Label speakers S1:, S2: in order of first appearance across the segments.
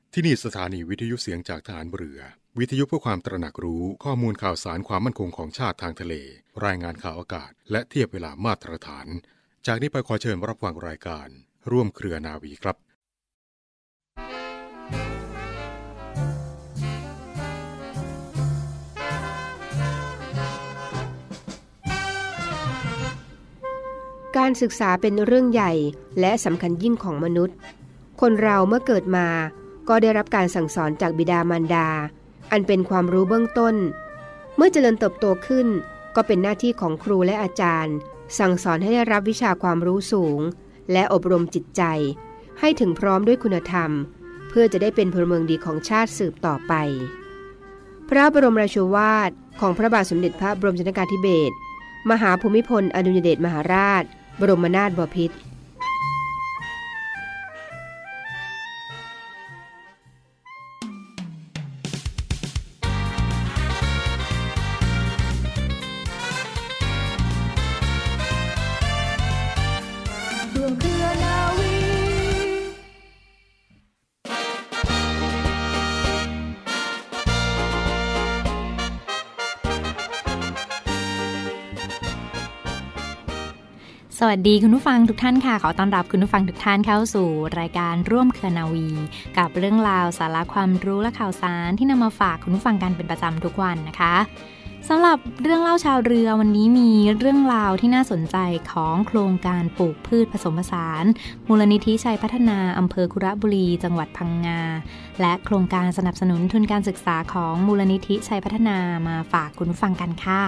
S1: ที่นี่สถานีวิทยุเสียงจากทหารเรือวิทยุเพื่อความตระหนักรู้ข้อมูลข่าวสารความมั่นคงของชาติทางทะเลรายงานข่าวอากาศและเทียบเวลามาตรฐานจากนี้ไปขอเชิญรับฟังรายการร่วมเครือนาวีครับ
S2: การศึกษาเป็นเรื่องใหญ่และสำคัญยิ่งของมนุษย์คนเราเมื่อเกิดมาก็ได้รับการสั่งสอนจากบิดามารดาอันเป็นความรู้เบื้องต้นเมื่อเจริญเติบโตขึ้นก็เป็นหน้าที่ของครูและอาจารย์สั่งสอนให้ได้รับวิชาความรู้สูงและอบรมจิตใจให้ถึงพร้อมด้วยคุณธรรมเพื่อจะได้เป็นพลเมืองดีของชาติสืบต่อไปพระบรมราโชวาทของพระบาทสมเด็จพระบรมชนกาธิเบศรมหาภูมิพลอดุลยเดชมหาราชบรมนาถบพิตร
S3: สวัสดีคุณผู้ฟังทุกท่านค่ะขอต้อนรับคุณผู้ฟังทุกท่านเข้าสู่รายการร่วมเครือนาวีกับเรื่องราวสาระความรู้และข่าวสารที่นำมาฝากคุณผู้ฟังกันเป็นประจำทุกวันนะคะสำหรับเรื่องเล่าชาวเรือวันนี้มีเรื่องราวที่น่าสนใจของโครงการปลูกพืชผสมผสานมูลนิธิชัยพัฒนาอำเภอคุระบุรีจังหวัดพังงาและโครงการสนับสนุนทุนการศึกษาของมูลนิธิชัยพัฒนามาฝากคุณผู้ฟังกันค่ะ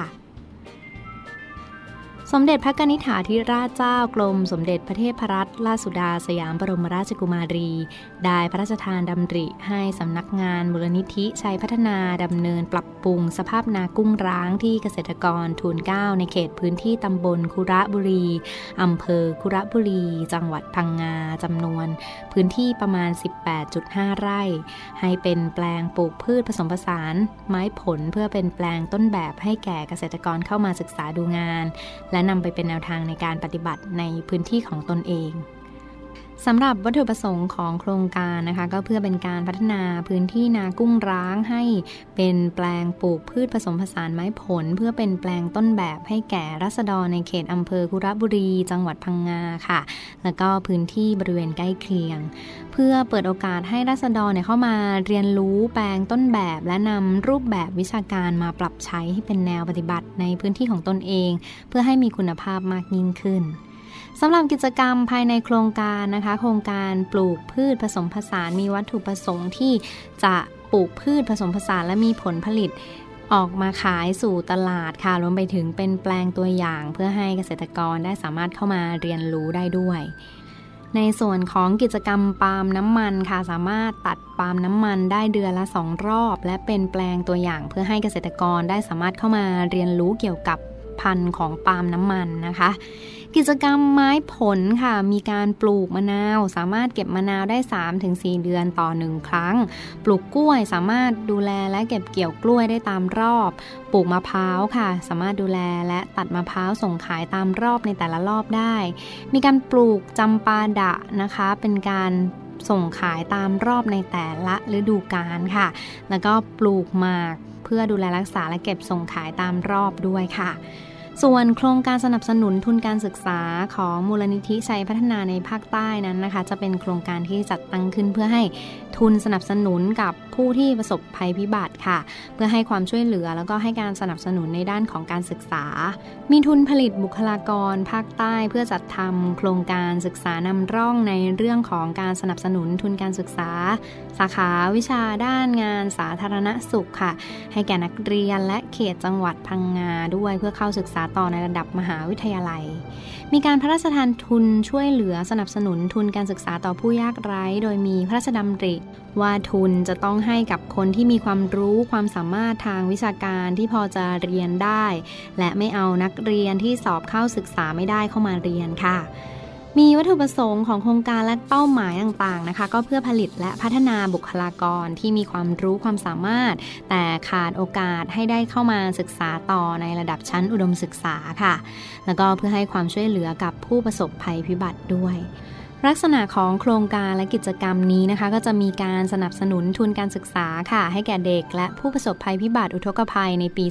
S3: สมเด็จพระกนิษฐาธิราชเจ้ากรมสมเด็จพระเทพรัตนราชสุดาสยามบรมราชกุมารีได้พระราชทานดำริให้สำนักงานมูลนิธิชัยพัฒนาดำเนินปรับปรุงสภาพนากุ้งร้างที่เกษตรกรทูลเกล้าในเขตพื้นที่ตำบลคุระบุรีอำเภอคุระบุรีจังหวัดพังงาจำนวนพื้นที่ประมาณ 18.5 ไร่ให้เป็นแปลงปลูกพืชผสมผสานไม้ผลเพื่อเป็นแปลงต้นแบบให้แก่เกษตรกรเข้ามาศึกษาดูงานและนำไปเป็นแนวทางในการปฏิบัติในพื้นที่ของตนเองสำหรับวัตถุประสงค์ของโครงการนะคะก็เพื่อเป็นการพัฒนาพื้นที่นากุ้งร้างให้เป็นแปลงปลูกพืชผสมผสานไม้ผลเพื่อเป็นแปลงต้นแบบให้แก่ราษฎรในเขตอำเภอคุระบุรีจังหวัดพังงาค่ะแล้วก็พื้นที่บริเวณใกล้เคียงเพื่อเปิดโอกาสให้ราษฎรเข้ามาเรียนรู้แปลงต้นแบบและนำรูปแบบวิชาการมาปรับใช้ให้เป็นแนวปฏิบัติในพื้นที่ของตนเองเพื่อให้มีคุณภาพมากยิ่งขึ้นสำหรับกิจกรรมภายในโครงการนะคะโครงการปลูกพืชผสมผสานมีวัตถุประสงค์ที่จะปลูกพืชผสมผสานและมีผลผลิตออกมาขายสู่ตลาดค่ะรวมไปถึงเป็นแปลงตัวอย่างเพื่อให้เกษตรกรได้สามารถเข้ามาเรียนรู้ได้ด้วยในส่วนของกิจกรรมปาล์มน้ำมันค่ะสามารถตัดปาล์มน้ำมันได้เดือนละ2 รอบและเป็นแปลงตัวอย่างเพื่อให้เกษตรกรได้สามารถเข้ามาเรียนรู้เกี่ยวกับพันธุ์ของปาล์มน้ำมันนะคะกิจกรรมไม้ผลค่ะมีการปลูกมะนาวสามารถเก็บมะนาวได้ 3-4 เดือนต่อ1ครั้งปลูกกล้วยสามารถดูแลและเก็บเกี่ยวกล้วยได้ตามรอบปลูกมะพร้าวค่ะสามารถดูแลและตัดมะพร้าวส่งขายตามรอบในแต่ละรอบได้มีการปลูกจำปาดะนะคะเป็นการส่งขายตามรอบในแต่ละฤดูกาลค่ะแล้วก็ปลูกหมากเพื่อดูแลรักษาและเก็บส่งขายตามรอบด้วยค่ะส่วนโครงการสนับสนุนทุนการศึกษาของมูลนิธิชัยพัฒนาในภาคใต้นั้นนะคะจะเป็นโครงการที่จัดตั้งขึ้นเพื่อให้ทุนสนับสนุนกับผู้ที่ประสบภัยพิบัติค่ะเพื่อให้ความช่วยเหลือแล้วก็ให้การสนับสนุนในด้านของการศึกษามีทุนผลิตบุคลากรภาคใต้เพื่อจัดทำโครงการศึกษานำร่องในเรื่องของการสนับสนุนทุนการศึกษาสาขาวิชาด้านงานสาธารณสุขค่ะให้แก่นักเรียนและเขตจังหวัดพังงาด้วยเพื่อเข้าศึกษาต่อในระดับมหาวิทยาลัยมีการพระราชทานทุนช่วยเหลือสนับสนุนทุนการศึกษาต่อผู้ยากไร้โดยมีพระราชดำริว่าทุนจะต้องให้กับคนที่มีความรู้ความสามารถทางวิชาการที่พอจะเรียนได้และไม่เอานักเรียนที่สอบเข้าศึกษาไม่ได้เข้ามาเรียนค่ะมีวัตถุประสงค์ของโครงการและเป้าหมายต่างๆนะคะก็เพื่อผลิตและพัฒนาบุคลากรที่มีความรู้ความสามารถแต่ขาดโอกาสให้ได้เข้ามาศึกษาต่อในระดับชั้นอุดมศึกษาค่ะแล้วก็เพื่อให้ความช่วยเหลือกับผู้ประสบภัยพิบัติด้วยลักษณะของโครงการและกิจกรรมนี้นะคะก็จะมีการสนับสนุนทุนการศึกษาค่ะให้แก่เด็กและผู้ประสบภัยพิบัติอุทกภัยในปี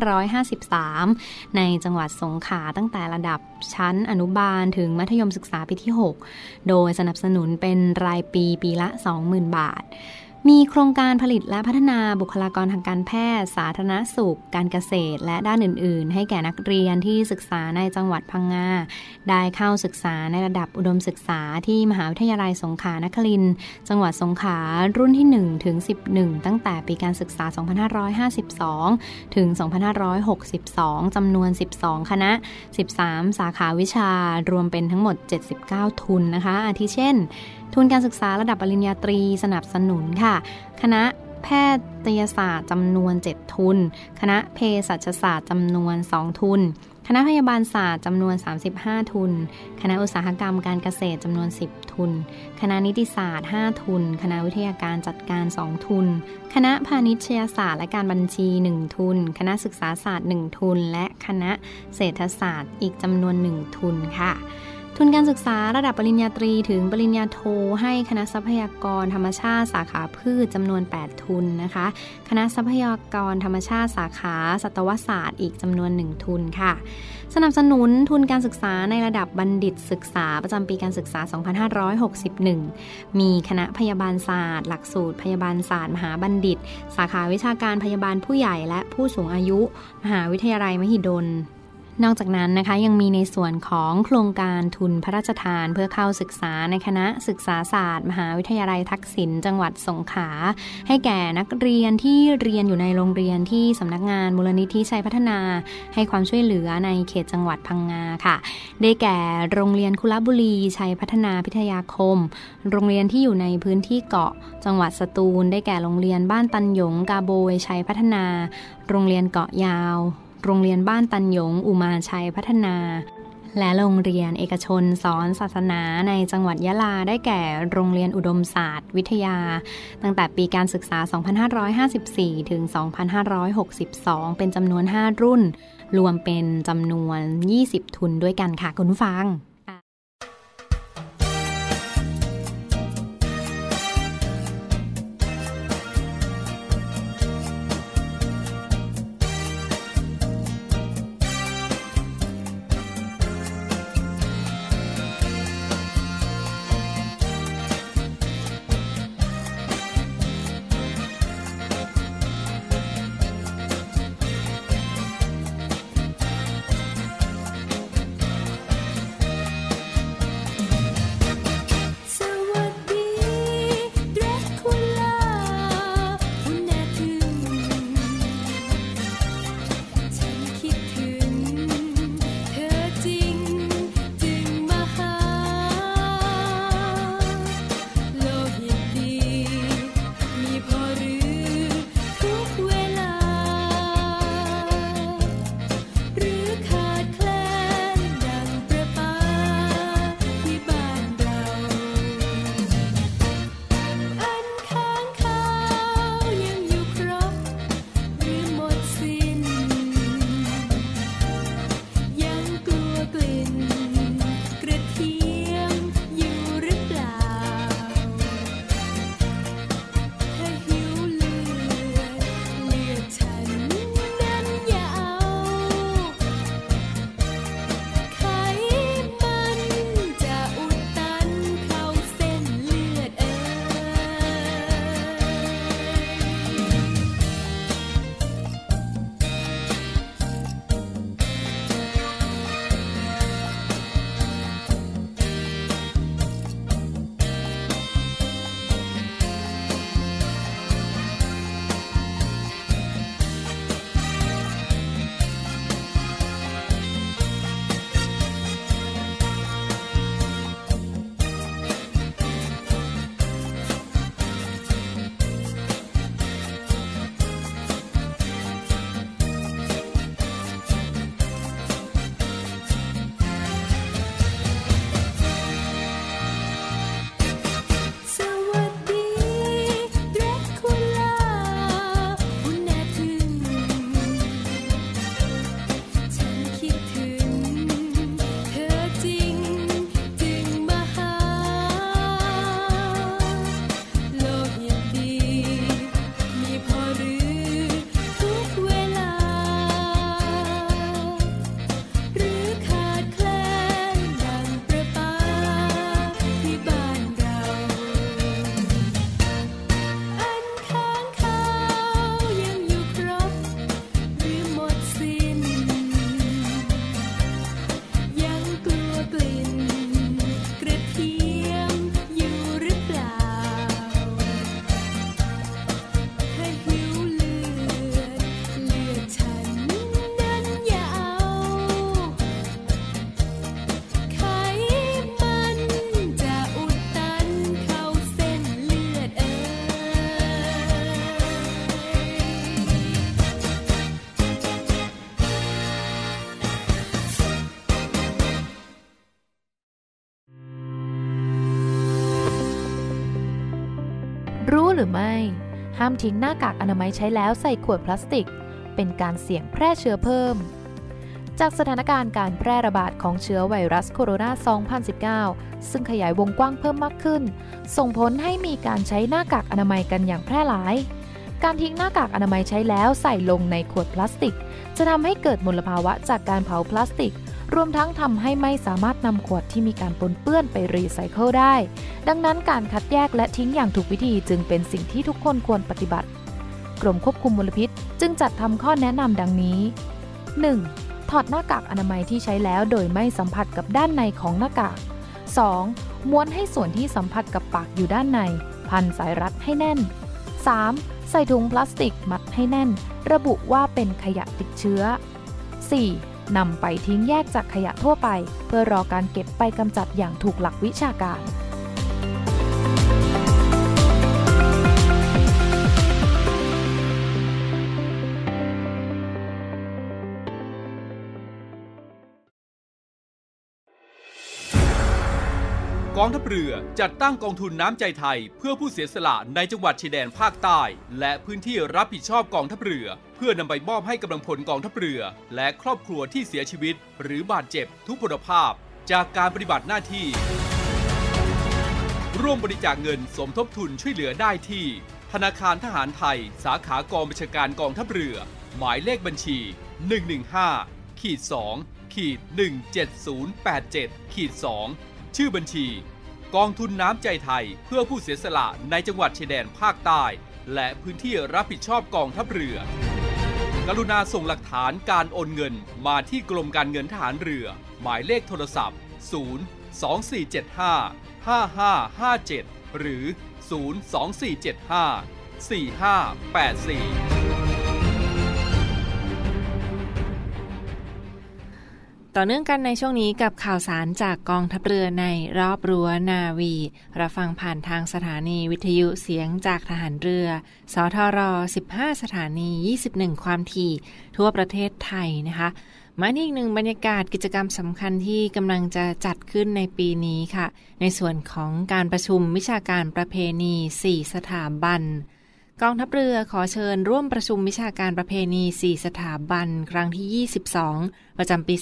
S3: 2553 ในจังหวัดสงขลาตั้งแต่ระดับชั้นอนุบาลถึงมัธยมศึกษาปีที่ 6 โดยสนับสนุนเป็นรายปีละ 20,000 บาทมีโครงการผลิตและพัฒนาบุคลากรทางการแพทย์สาธารณสุขการเกษตรและด้านอื่นๆให้แก่นักเรียนที่ศึกษาในจังหวัดพังงาได้เข้าศึกษาในระดับอุดมศึกษาที่มหาวิทยาลัยสงขลานครินทร์จังหวัดสงขลารุ่นที่1ถึง11ตั้งแต่ปีการศึกษา 2552 ถึง 2562 จำนวน 12 คณะ 13 สาขาวิชารวมเป็นทั้งหมด 79 ทุนนะคะอาทิเช่นทุนการศึกษาระดับปริญญาตรีสนับสนุนค่ะคณะแพทยศาสตร์จำนวน7ทุนคณะเภสัชศาสตร์จำนวน2ทุนคณะพยาบาลศาสตร์จำนวน35ทุนคณะอุตสาหกรรมการเกษตรจำนวน10ทุนคณะนิติศาสตร์5ทุนคณะวิทยาการจัดการ2ทุนคณะพาณิชยศาสตร์และการบัญชี1ทุนคณะศึกษาศาสตร์1ทุนและคณะเศรษฐศาสตร์อีกจำนวน1ทุนค่ะทุนการศึกษาระดับปริญญาตรีถึงปริญญาโทให้คณะทรัพยากรธรรมชาติสาขาพืชจำนวน8ทุนนะคะคณะทรัพยากรธรรมชาติสาขาสัตวศาสตร์อีกจำนวน1ทุนค่ะสนับสนุนทุนการศึกษาในระดับบัณฑิตศึกษาประจำปีการศึกษา 2561 มีคณะพยาบาลศาสตร์หลักสูตรพยาบาลศาสตร์มหาบัณฑิตสาขาวิชาการพยาบาลผู้ใหญ่และผู้สูงอายุมหาวิทยาลัยมหิดลนอกจากนั้นนะคะยังมีในส่วนของโครงการทุนพระราชทานเพื่อเข้าศึกษาในคณะศึกษาศาสตร์มหาวิทยาลัยทักษิณจังหวัดสงขลาให้แก่นักเรียนที่เรียนอยู่ในโรงเรียนที่สำนักงานมูลนิธิชัยพัฒนาให้ความช่วยเหลือในเขตจังหวัดพังงาค่ะได้แก่โรงเรียนคุลบุรีชัยพัฒนาพิทยาคมโรงเรียนที่อยู่ในพื้นที่เกาะจังหวัดสตูลได้แก่โรงเรียนบ้านตันหยงกาโบยชัยพัฒนาโรงเรียนเกาะยาวโรงเรียนบ้านตันหยงอุมาชัยพัฒนาและโรงเรียนเอกชนสอนศาสนาในจังหวัดยะลาได้แก่โรงเรียนอุดมศาสตร์วิทยาตั้งแต่ปีการศึกษา 2554 ถึง 2562 เป็นจำนวน5รุ่นรวมเป็นจำนวน20ทุนด้วยกันค่ะคุณผู้ฟัง
S4: หรือไม่ห้ามทิ้งหน้ากากอนามัยใช้แล้วใส่ขวดพลาสติกเป็นการเสี่ยงแพร่เชื้อเพิ่มจากสถานการณ์การแพร่ระบาดของเชื้อไวรัสโคโรนา 2019 ซึ่งขยายวงกว้างเพิ่มมากขึ้นส่งผลให้มีการใช้หน้ากากอนามัยกันอย่างแพร่หลายการทิ้งหน้ากากอนามัยใช้แล้วใส่ลงในขวดพลาสติกจะทำให้เกิดมลภาวะจากการเผาพลาสติกรวมทั้งทำให้ไม่สามารถนำขวดที่มีการปนเปื้อนไปรีไซเคิลได้ดังนั้นการคัดแยกและทิ้งอย่างถูกวิธีจึงเป็นสิ่งที่ทุกคนควรปฏิบัติกรมควบคุมมลพิษจึงจัดทำข้อแนะนำดังนี้ 1. ถอดหน้ากากอนามัยที่ใช้แล้วโดยไม่สัมผัสกับด้านในของหน้ากาก 2. ม้วนให้ส่วนที่สัมผัสกับปากอยู่ด้านในพันสายรัดให้แน่น 3. ใส่ถุงพลาสติกมัดให้แน่นระบุว่าเป็นขยะติดเชื้อ 4. นำไปทิ้งแยกจากขยะทั่วไปเพื่อรอการเก็บไปกำจัดอย่างถูกหลักวิชาการ
S5: กองทัพเรือจัดตั้งกองทุนน้ำใจไทยเพื่อผู้เสียสละในจังหวัดชายแดนภาคใต้และพื้นที่รับผิดชอบกองทัพเรือเพื่อนำไปมอบให้กำลังพลกองทัพเรือและครอบครัวที่เสียชีวิตหรือบาดเจ็บทุกพลภาพจากการปฏิบัติหน้าที่ร่วมบริจาคเงินสมทบทุนช่วยเหลือได้ที่ธนาคารทหารไทยสาขากองบัญชาการกองทัพเรือหมายเลขบัญชี 115-2-17087-2ชื่อบัญชีกองทุนน้ำใจไทยเพื่อผู้เสียสละในจังหวัดชายแดนภาคใต้และพื้นที่รับผิดชอบกองทัพเรือกรุณาส่งหลักฐานการโอนเงินมาที่กรมการเงินทหารเรือหมายเลขโทรศัพท์024755557หรือ024754584
S3: ต่อเนื่องกันในช่วงนี้กับข่าวสารจากกองทัพเรือในรอบรั้วนาวีรับฟังผ่านทางสถานีวิทยุเสียงจากทหารเรือสทร15สถานี21ความถี่ทั่วประเทศไทยนะคะมาอีกหนึ่งบรรยากาศกิจกรรมสำคัญที่กำลังจะจัดขึ้นในปีนี้ค่ะในส่วนของการประชุมวิชาการประเพณี4สถาบันกองทัพเรือขอเชิญร่วมประชุมวิชาการประเพณี4สถาบันครั้งที่22ประจำปี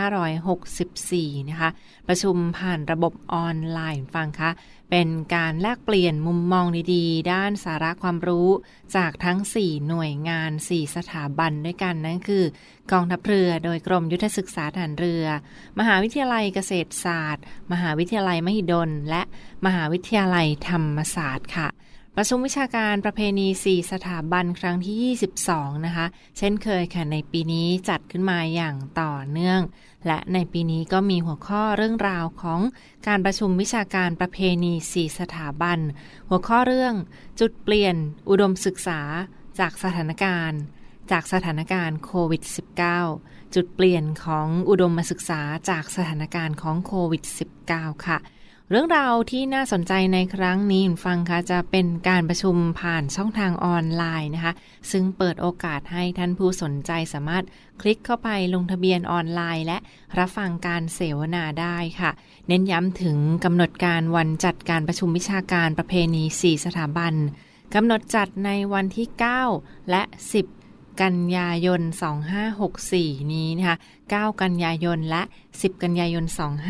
S3: 2564นะคะประชุมผ่านระบบออนไลน์ฟังคะเป็นการแลกเปลี่ยนมุมมองดีๆด้านสาระความรู้จากทั้ง4หน่วยงาน4สถาบันด้วยกันนั่นคือกองทัพเรือโดยกรมยุทธศึกษาทหารเรือมหาวิทยาลัยเกษตรศาสตร์มหาวิทยาลัยมหิดลและมหาวิทยาลัยธรรมศาสตร์ค่ะประชุมวิชาการประเพณี4สถาบันครั้งที่22นะคะเช่นเคยค่ะในปีนี้จัดขึ้นมาอย่างต่อเนื่องและในปีนี้ก็มีหัวข้อเรื่องราวของการประชุมวิชาการประเพณี4สถาบันหัวข้อเรื่องจุดเปลี่ยนอุดมศึกษาจากสถานการณ์โควิด -19 จุดเปลี่ยนของอุดมศึกษาจากสถานการณ์ของโควิด -19 ค่ะเรื่องราวที่น่าสนใจในครั้งนี้ฟังค่ะจะเป็นการประชุมผ่านช่องทางออนไลน์นะคะซึ่งเปิดโอกาสให้ท่านผู้สนใจสามารถคลิกเข้าไปลงทะเบียนออนไลน์และรับฟังการเสวนาได้ค่ะเน้นย้ำถึงกำหนดการวันจัดการประชุมวิชาการประเพณี4สถาบันกำหนดจัดในวันที่9และ10กันยายน2564นี้นะคะ9กันยายนและ10กันยายน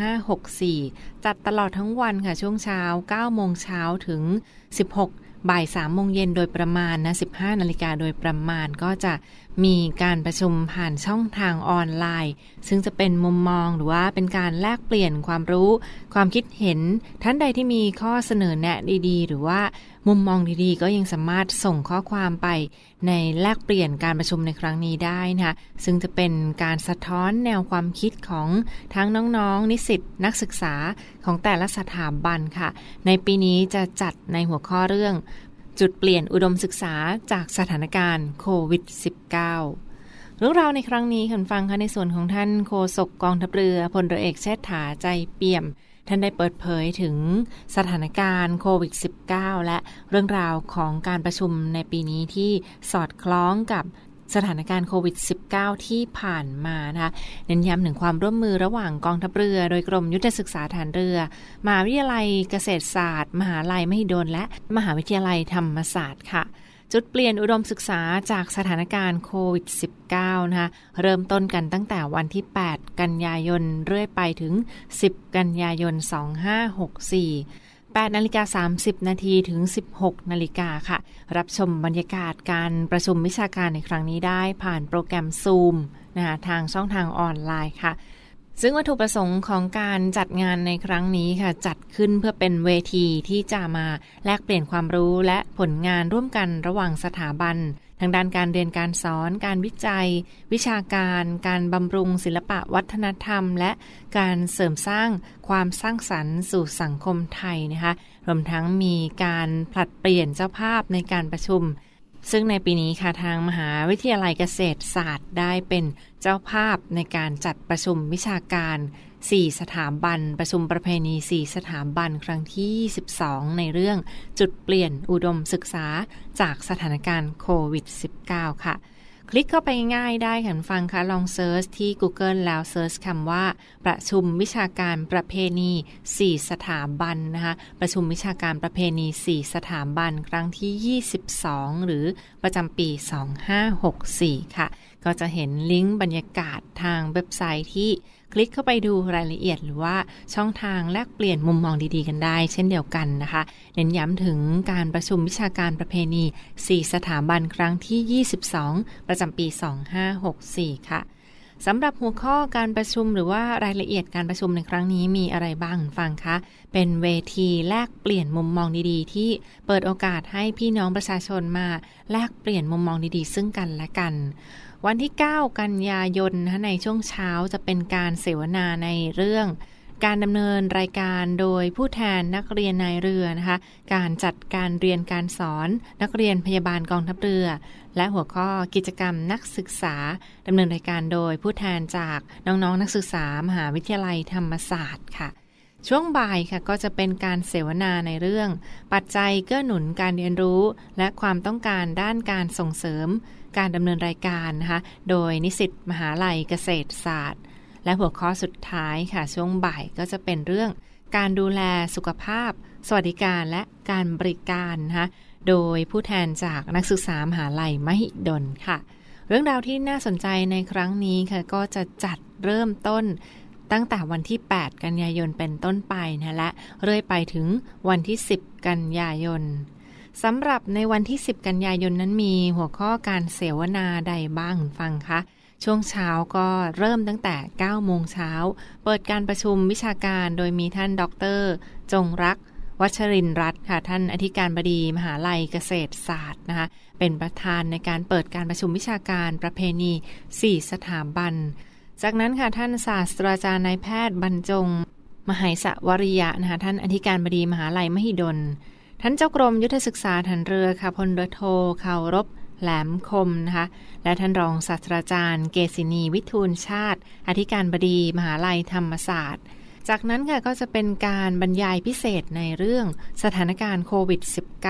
S3: 2564จัดตลอดทั้งวันค่ะช่วงเช้า 9 โมงเช้าถึง16บ่าย 3 โมงเย็นโดยประมาณนะ 15 นาฬิกาโดยประมาณก็จะมีการประชุมผ่านช่องทางออนไลน์ซึ่งจะเป็นมุมมองหรือว่าเป็นการแลกเปลี่ยนความรู้ความคิดเห็นท่านใดที่มีข้อเสนอแนะดีๆหรือว่ามุมมองดีๆก็ยังสามารถส่งข้อความไปในแลกเปลี่ยนการประชุมในครั้งนี้ได้นะคะซึ่งจะเป็นการสะท้อนแนวความคิดของทั้งน้องๆนิสิตนักศึกษาของแต่ละสถาบันค่ะในปีนี้จะจัดในหัวข้อเรื่องจุดเปลี่ยนอุดมศึกษาจากสถานการณ์โควิด -19 เรื่องราวในครั้งนี้คุณฟังค่ะในส่วนของท่านโฆษกกองทัพเรือพลเรือเอกเชษฐาใจเปี่ยมท่านได้เปิดเผยถึงสถานการณ์โควิด -19 และเรื่องราวของการประชุมในปีนี้ที่สอดคล้องกับสถานการณ์โควิด -19 ที่ผ่านมานะคะเน้นย้ำถึงความร่วมมือระหว่างกองทัพเรือโดยกรมยุทธศึกษาฐานเรือมหาวิทยาลัยเกษตรศาสตร์มหาวิทยาลัยมหิดลและมหาวิทยาลัยธรรมศาสตร์ค่ะจุดเปลี่ยนอุดมศึกษาจากสถานการณ์โควิด -19 นะคะเริ่มต้นกันตั้งแต่วันที่ 8 กันยายนเรื่อยไปถึง 10 กันยายน 2564 8:30 นาทีถึง 16 นาฬิกาค่ะรับชมบรรยากาศการประชุมวิชาการในครั้งนี้ได้ผ่านโปรแกรม Zoom นะคะทางช่องทางออนไลน์ค่ะซึ่งวัตถุประสงค์ของการจัดงานในครั้งนี้ค่ะจัดขึ้นเพื่อเป็นเวทีที่จะมาแลกเปลี่ยนความรู้และผลงานร่วมกันระหว่างสถาบันทางด้านการเรียนการสอนการวิจัยวิชาการการบำรุงศิลปะวัฒนธรรมและการเสริมสร้างความสร้างสรรค์สู่สังคมไทยนะคะรวมทั้งมีการผลัดเปลี่ยนเจ้าภาพในการประชุมซึ่งในปีนี้ค่ะทางมหาวิทยาลัยเกษตรศาสตร์ได้เป็นเจ้าภาพในการจัดประชุมวิชาการ4สถาบันประชุมประเพณี4สถาบันครั้งที่22ในเรื่องจุดเปลี่ยนอุดมศึกษาจากสถานการณ์โควิด -19 ค่ะคลิกเข้าไปง่ายได้ค่ะฟังค่ะลองเซิร์ชที่ Google แล้วเซิร์ชคำว่าประชุมวิชาการประเพณี4สถาบันนะคะประชุมวิชาการประเพณี4สถาบันครั้งที่22หรือประจำปี2564ค่ะก็จะเห็นลิงก์บรรยากาศทางเว็บไซต์ที่คลิกเข้าไปดูรายละเอียดหรือว่าช่องทางแลกเปลี่ยนมุมมองดีๆกันได้เช่นเดียวกันนะคะเน้นย้ำถึงการประชุมวิชาการประเพณี4สถาบันครั้งที่22ประจำปี2564ค่ะสำหรับหัวข้อการประชุมหรือว่ารายละเอียดการประชุมในครั้งนี้มีอะไรบ้างฟังคะเป็นเวทีแลกเปลี่ยนมุมมองดีๆที่เปิดโอกาสให้พี่น้องประชาชนมาแลกเปลี่ยนมุมมองดีๆซึ่งกันและกันวันที่ 9 กันยายนในช่วงเช้าจะเป็นการเสวนาในเรื่องการดำเนินรายการโดยผู้แทนนักเรียนนายเรือนะคะการจัดการเรียนการสอนนักเรียนพยาบาลกองทัพเรือและหัวข้อกิจกรรมนักศึกษาดำเนินรายการโดยผู้แทนจากน้องๆนักศึกษามหาวิทยาลัยธรรมศาสตร์ค่ะช่วงบ่ายค่ะก็จะเป็นการเสวนาในเรื่องปัจจัยเกื้อหนุนการเรียนรู้และความต้องการด้านการส่งเสริมการดำเนินรายการนะคะโดยนิสิตมหาลัยเกษตรศาสตร์และหัวข้อสุดท้ายค่ะช่วงบ่ายก็จะเป็นเรื่องการดูแลสุขภาพสวัสดิการและการบริการนะคะโดยผู้แทนจากนักศึกษามหาลัยมหิดลค่ะเรื่องราวที่น่าสนใจในครั้งนี้ค่ะก็จะจัดเริ่มต้นตั้งแต่วันที่ 8 กันยายนเป็นต้นไปนะและเรื่อยไปถึงวันที่ 10 กันยายนสำหรับในวันที่ 10 กันยายนนั้นมีหัวข้อการเสวนาใดบ้างฟังคะช่วงเช้าก็เริ่มตั้งแต่ 9 โมงเช้าเปิดการประชุมวิชาการโดยมีท่านดร.จงรักวัชรินทร์รัตน์ค่ะท่านอธิการบดีมหาลัยเกษตรศาสตร์นะคะเป็นประธานในการเปิดการประชุมวิชาการประเพณี4สถาบันจากนั้นค่ะท่านศาสตราจารย์นายแพทย์บรรจงมหัยสวริยะนะคะท่านอธิการบดีมหาลัยมหิดลท่านเจ้ากรมยุทธศึกษาฐานเรือค่ะพลเรือโทเคารพแหลมคมนะคะและท่านรองศาสตราจารย์เกษินีวิทูลชาติอธิการบดีมหาลัยธรรมศาสตร์จากนั้นค่ะก็จะเป็นการบรรยายพิเศษในเรื่องสถานการณ์โควิด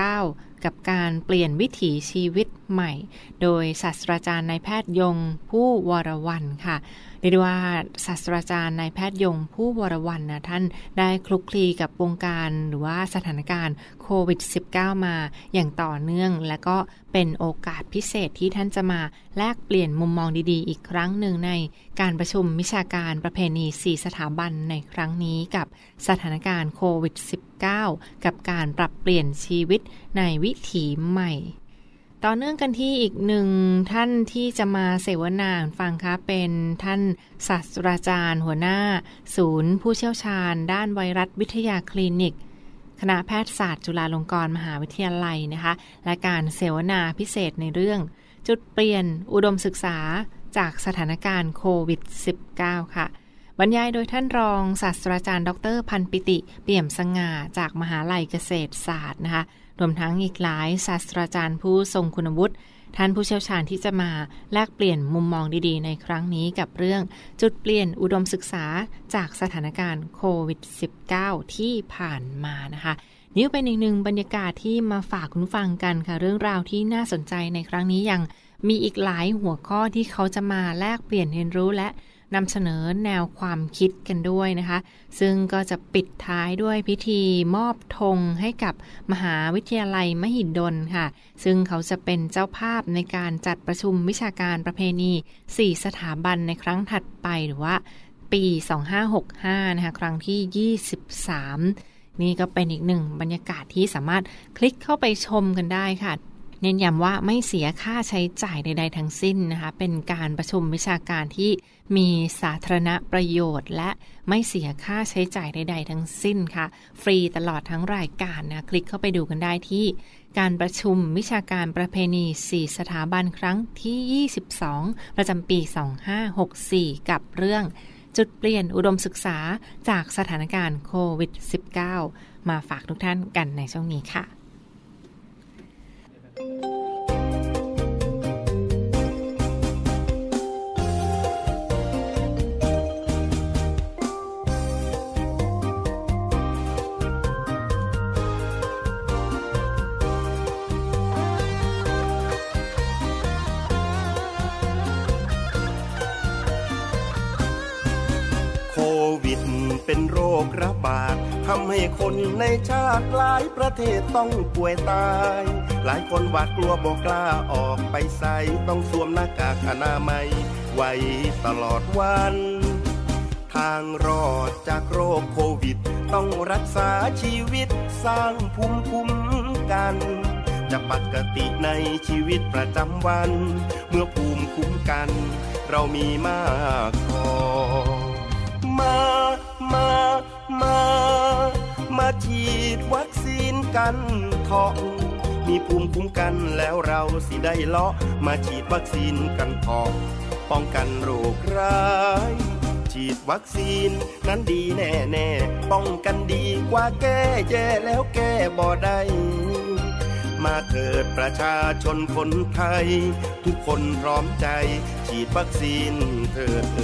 S3: -19 กับการเปลี่ยนวิถีชีวิตใหม่โดยศาสตราจารย์นายแพทย์ยงผู้วรวรรณค่ะเรียกว่าศาสตราจารย์นายแพทย์ยงผู้วรวรรณนะท่านได้คลุกคลีกับวงการหรือว่าสถานการณ์โควิด -19 มาอย่างต่อเนื่องและก็เป็นโอกาสพิเศษที่ท่านจะมาแลกเปลี่ยนมุมมองดีๆอีกครั้งหนึ่งในการประชุมวิชาการประเพณี4สถาบันในครั้งนี้กับสถานการณ์โควิด -19 กับการปรับเปลี่ยนชีวิตในวิถีใหม่ต่อเนื่องกันที่อีกหนึ่งท่านที่จะมาเสวนาฟังคะเป็นท่านศาสตราจารย์หัวหน้าศูนย์ผู้เชี่ยวชาญด้านไวรัสวิทยาคลินิกคณะแพทยศาสตร์จุฬาลงกรณ์มหาวิทยาลัยนะคะและการเสวนาพิเศษในเรื่องจุดเปลี่ยนอุดมศึกษาจากสถานการณ์โควิด -19 ค่ะบรรยายโดยท่านรองศาสตราจารย์ดร.พันปิติเปี่ยมสง่าจากมหาลัยเกษตรศาสตร์นะคะรวมทั้งอีกหลายศาสตราจารย์ผู้ทรงคุณวุฒิท่านผู้เชี่ยวชาญที่จะมาแลกเปลี่ยนมุมมองดีๆในครั้งนี้กับเรื่องจุดเปลี่ยนอุดมศึกษาจากสถานการณ์โควิด -19 ที่ผ่านมานะคะนี่เป็นอีกหนึ่งบรรยากาศที่มาฝากคุณฟังกันค่ะเรื่องราวที่น่าสนใจในครั้งนี้ยังมีอีกหลายหัวข้อที่เขาจะมาแลกเปลี่ยนเรียนรู้และนำเสนอแนวความคิดกันด้วยนะคะซึ่งก็จะปิดท้ายด้วยพิธีมอบธงให้กับมหาวิทยาลัยมหิดลค่ะซึ่งเขาจะเป็นเจ้าภาพในการจัดประชุมวิชาการประเพณี4สถาบันในครั้งถัดไปหรือว่าปี2565นะคะครั้งที่23นี่ก็เป็นอีกหนึ่งบรรยากาศที่สามารถคลิกเข้าไปชมกันได้ค่ะเน้นย้ำว่าไม่เสียค่าใช้จ่ายใดๆทั้งสิ้นนะคะเป็นการประชุมวิชาการที่มีสาธารณประโยชน์และไม่เสียค่าใช้จ่ายใดๆทั้งสิ้นค่ะฟรีตลอดทั้งรายการนะคลิกเข้าไปดูกันได้ที่การประชุมวิชาการประเพณี4สถาบันครั้งที่22ประจำปี2564กับเรื่องจุดเปลี่ยนอุดมศึกษาจากสถานการณ์โควิด -19 มาฝากทุกท่านกันในช่วงนี้ค่ะ
S6: โควิดเป็นโรคระบาดทำให้คนในชาติหลายประเทศต้องป่วยตายหลายคนหวาดกลัวบ่กล้าออกไปไสต้องสวมหน้ากากอนามัยไว้ตลอดวันทางรอดจากโรคโควิดต้องรักษาชีวิตสร้างภูมิคุ้มกันจะปกติในชีวิตประจำวันเมื่อภูมิคุ้มกันเรามีมากพอมาฉีดวัคซีนกันเถาะมีภูมิคุ้มกันแล้วเราสิได้เลาะมาฉีดวัคซีนกันเถาะป้องกันโรคร้ายฉีดวัคซีนนั้นดีแน่ๆป้องกันดีกว่าแก้แย่แล้วแก้บ่ได้มาเถิดประชาชนคนไทยทุกคนพร้อมใจฉีดวัคซีนเถิด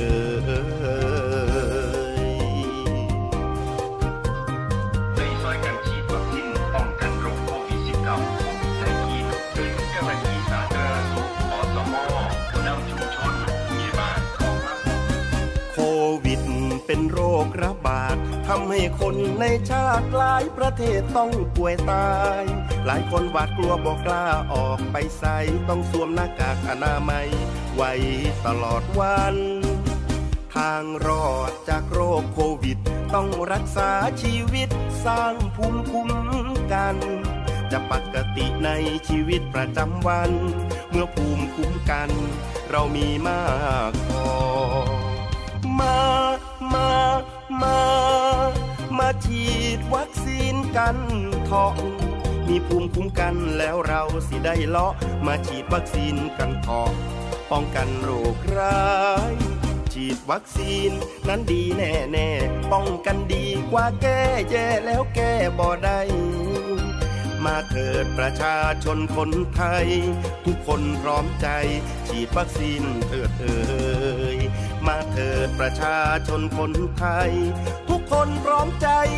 S6: เป็นโรคระบาดทำให้คนในชาติหลายประเทศต้องป่วยตายหลายคนหวาดกลัวบ่กล้าออกไปไสต้องสวมหน้ากากอนามัยไว้ตลอดวันทางรอดจากโรคโควิดต้องรักษาชีวิตสร้างภูมิคุ้มกันจะปกติในชีวิตประจำวันเมื่อภูมิคุ้มกันเรามีมากพอมาฉีดวัคซีนกันเถาะมีภูมิคุ้มกันแล้วเราสิได้เลาะมาฉีดวัคซีนกันเถาะป้องกันโรคร้ายฉีดวัคซีนนั้นดีแน่ๆป้องกันดีกว่าแก้แย่แล้วแก้บ่ได้มาเถิดประชาชนคนไทยทุกคนพร้อมใจฉีดวัคซีนเถิดมาเถิดประชาชนคนไทยทุกคนพร้อมใจ